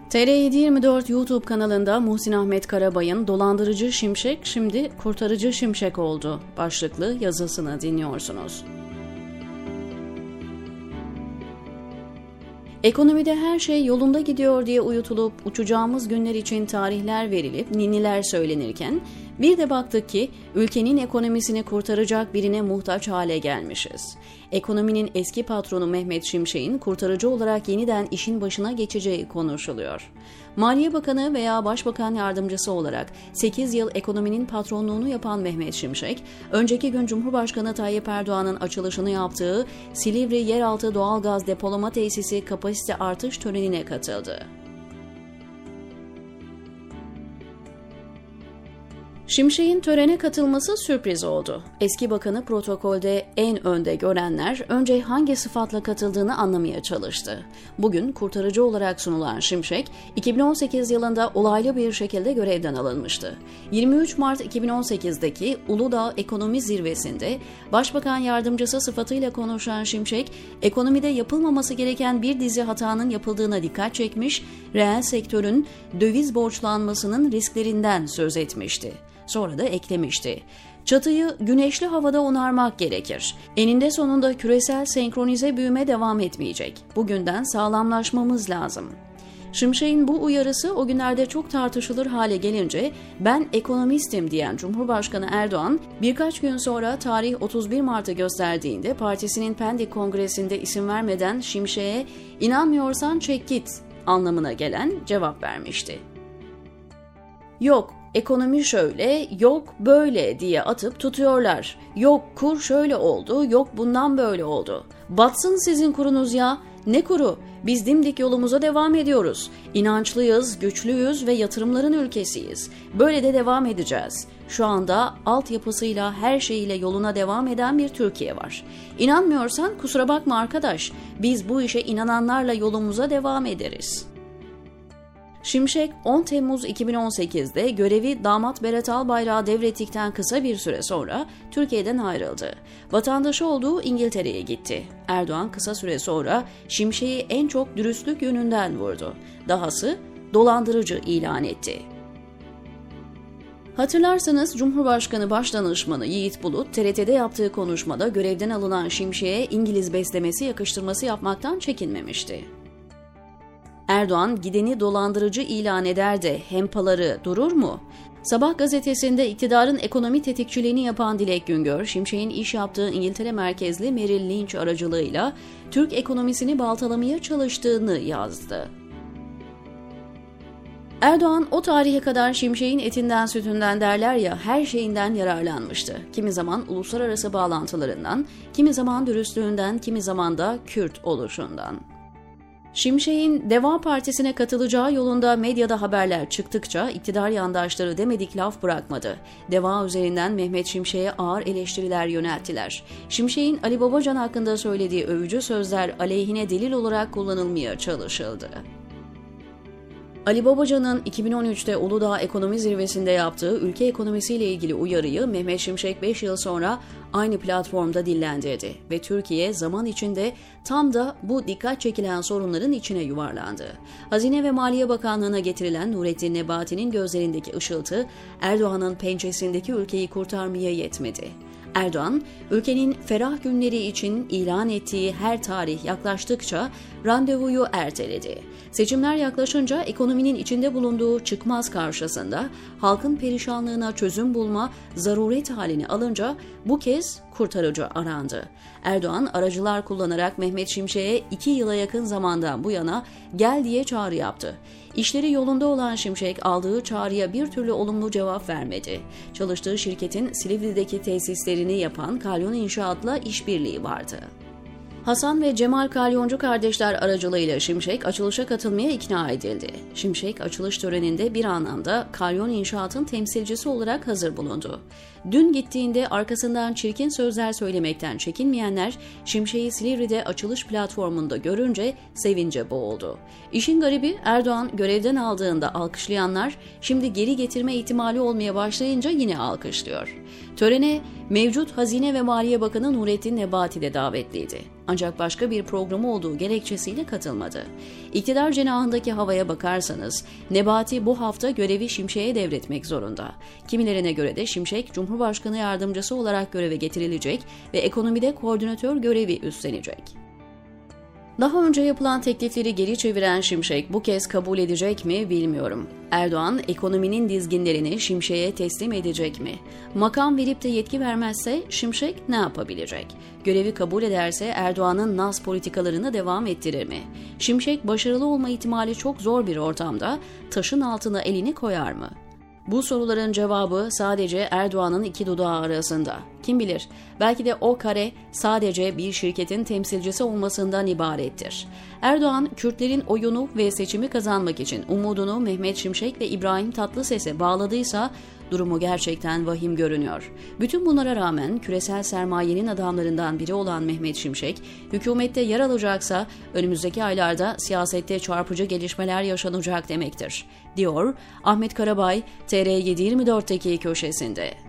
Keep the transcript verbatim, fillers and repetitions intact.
T R yedi yirmi dört YouTube kanalında Muhsin Ahmet Karabay'ın "Dolandırıcı Şimşek şimdi kurtarıcı Şimşek oldu" başlıklı yazısını dinliyorsunuz. Ekonomide her şey yolunda gidiyor diye uyutulup uçacağımız günler için tarihler verilip ninniler söylenirken bir de baktık ki ülkenin ekonomisini kurtaracak birine muhtaç hale gelmişiz. Ekonominin eski patronu Mehmet Şimşek'in kurtarıcı olarak yeniden işin başına geçeceği konuşuluyor. Maliye Bakanı veya Başbakan Yardımcısı olarak sekiz yıl ekonominin patronluğunu yapan Mehmet Şimşek, önceki gün Cumhurbaşkanı Tayyip Erdoğan'ın açılışını yaptığı Silivri Yeraltı Doğalgaz Depolama Tesisi kapasite artış törenine katıldı. Şimşek'in törene katılması sürpriz oldu. Eski bakanı protokolde en önde görenler önce hangi sıfatla katıldığını anlamaya çalıştı. Bugün kurtarıcı olarak sunulan Şimşek, iki bin on sekiz yılında olaylı bir şekilde görevden alınmıştı. yirmi üç Mart iki bin on sekizdeki Uludağ Ekonomi Zirvesi'nde Başbakan Yardımcısı sıfatıyla konuşan Şimşek, ekonomide yapılmaması gereken bir dizi hatanın yapıldığına dikkat çekmiş, reel sektörün döviz borçlanmasının risklerinden söz etmişti. Sonra da eklemişti: "Çatıyı güneşli havada onarmak gerekir. Eninde sonunda küresel senkronize büyüme devam etmeyecek. Bugünden sağlamlaşmamız lazım." Şimşek'in bu uyarısı o günlerde çok tartışılır hale gelince "Ben ekonomistim" diyen Cumhurbaşkanı Erdoğan birkaç gün sonra tarih otuz bir Mart'ı gösterdiğinde partisinin Pendik Kongresi'nde isim vermeden Şimşek'e "İnanmıyorsan çek git" anlamına gelen cevap vermişti. Yok ekonomi şöyle, yok böyle diye atıp tutuyorlar. Yok kur şöyle oldu, yok bundan böyle oldu. Batsın sizin kurunuz ya. Ne kuru? Biz dimdik yolumuza devam ediyoruz. İnançlıyız, güçlüyüz ve yatırımların ülkesiyiz. Böyle de devam edeceğiz. Şu anda altyapısıyla her şeyiyle yoluna devam eden bir Türkiye var. İnanmıyorsan kusura bakma arkadaş. Biz bu işe inananlarla yolumuza devam ederiz. Şimşek on Temmuz iki bin on sekizde görevi damat Berat Albayrak'a devrettikten kısa bir süre sonra Türkiye'den ayrıldı. Vatandaşı olduğu İngiltere'ye gitti. Erdoğan kısa süre sonra Şimşek'i en çok dürüstlük yönünden vurdu. Dahası dolandırıcı ilan etti. Hatırlarsanız Cumhurbaşkanı Başdanışmanı Yiğit Bulut T R T'de yaptığı konuşmada görevden alınan Şimşek'e İngiliz beslemesi yakıştırması yapmaktan çekinmemişti. Erdoğan gideni dolandırıcı ilan eder de hempaları durur mu? Sabah gazetesinde iktidarın ekonomi tetikçiliğini yapan Dilek Güngör, Şimşek'in iş yaptığı İngiltere merkezli Merrill Lynch aracılığıyla Türk ekonomisini baltalamaya çalıştığını yazdı. Erdoğan o tarihe kadar Şimşek'in etinden sütünden derler ya her şeyinden yararlanmıştı. Kimi zaman uluslararası bağlantılarından, kimi zaman dürüstlüğünden, kimi zaman da Kürt oluşundan. Şimşek'in Deva Partisi'ne katılacağı yolunda medyada haberler çıktıkça iktidar yandaşları demedik laf bırakmadı. Deva üzerinden Mehmet Şimşek'e ağır eleştiriler yönelttiler. Şimşek'in Ali Babacan hakkında söylediği övücü sözler aleyhine delil olarak kullanılmaya çalışıldı. Ali Babacan'ın iki bin on üçte Uludağ Ekonomi Zirvesi'nde yaptığı ülke ekonomisiyle ilgili uyarıyı Mehmet Şimşek beş yıl sonra aynı platformda dillendirdi ve Türkiye zaman içinde tam da bu dikkat çekilen sorunların içine yuvarlandı. Hazine ve Maliye Bakanlığı'na getirilen Nurettin Nebati'nin gözlerindeki ışıltı Erdoğan'ın pençesindeki ülkeyi kurtarmaya yetmedi. Erdoğan, ülkenin ferah günleri için ilan ettiği her tarih yaklaştıkça randevuyu erteledi. Seçimler yaklaşınca ekonominin içinde bulunduğu çıkmaz karşısında halkın perişanlığına çözüm bulma zaruret halini alınca bu kez kurtarıcı arandı. Erdoğan aracılar kullanarak Mehmet Şimşek'e iki yıla yakın zamandan bu yana gel diye çağrı yaptı. İşleri yolunda olan Şimşek aldığı çağrıya bir türlü olumlu cevap vermedi. Çalıştığı şirketin Silivri'deki tesislerini yapan Kalyon İnşaat'la işbirliği vardı. Hasan ve Cemal Kalyoncu kardeşler aracılığıyla Şimşek açılışa katılmaya ikna edildi. Şimşek açılış töreninde bir anlamda Kalyon İnşaat'ın temsilcisi olarak hazır bulundu. Dün gittiğinde arkasından çirkin sözler söylemekten çekinmeyenler Şimşek'i Silivri'de açılış platformunda görünce sevince boğuldu. İşin garibi Erdoğan görevden aldığında alkışlayanlar şimdi geri getirme ihtimali olmaya başlayınca yine alkışlıyor. Törene Mevcut Hazine ve Maliye Bakanı Nurettin Nebati de davetliydi. Ancak başka bir programı olduğu gerekçesiyle katılmadı. İktidar cenahındaki havaya bakarsanız, Nebati bu hafta görevi Şimşek'e devretmek zorunda. Kimilerine göre de Şimşek, Cumhurbaşkanı Yardımcısı olarak göreve getirilecek ve ekonomide koordinatör görevi üstlenecek. Daha önce yapılan teklifleri geri çeviren Şimşek bu kez kabul edecek mi bilmiyorum. Erdoğan ekonominin dizginlerini Şimşek'e teslim edecek mi? Makam verip de yetki vermezse Şimşek ne yapabilecek? Görevi kabul ederse Erdoğan'ın naz politikalarını devam ettirir mi? Şimşek başarılı olma ihtimali çok zor bir ortamda taşın altına elini koyar mı? Bu soruların cevabı sadece Erdoğan'ın iki dudağı arasında. Kim bilir, belki de o kare sadece bir şirketin temsilcisi olmasından ibarettir. Erdoğan, Kürtlerin oyunu ve seçimi kazanmak için umudunu Mehmet Şimşek ve İbrahim Tatlıses'e bağladıysa durumu gerçekten vahim görünüyor. Bütün bunlara rağmen küresel sermayenin adamlarından biri olan Mehmet Şimşek, hükümette yer alacaksa önümüzdeki aylarda siyasette çarpıcı gelişmeler yaşanacak demektir, diyor Ahmet Karabay T R yedi yirmi dörtteki köşesinde.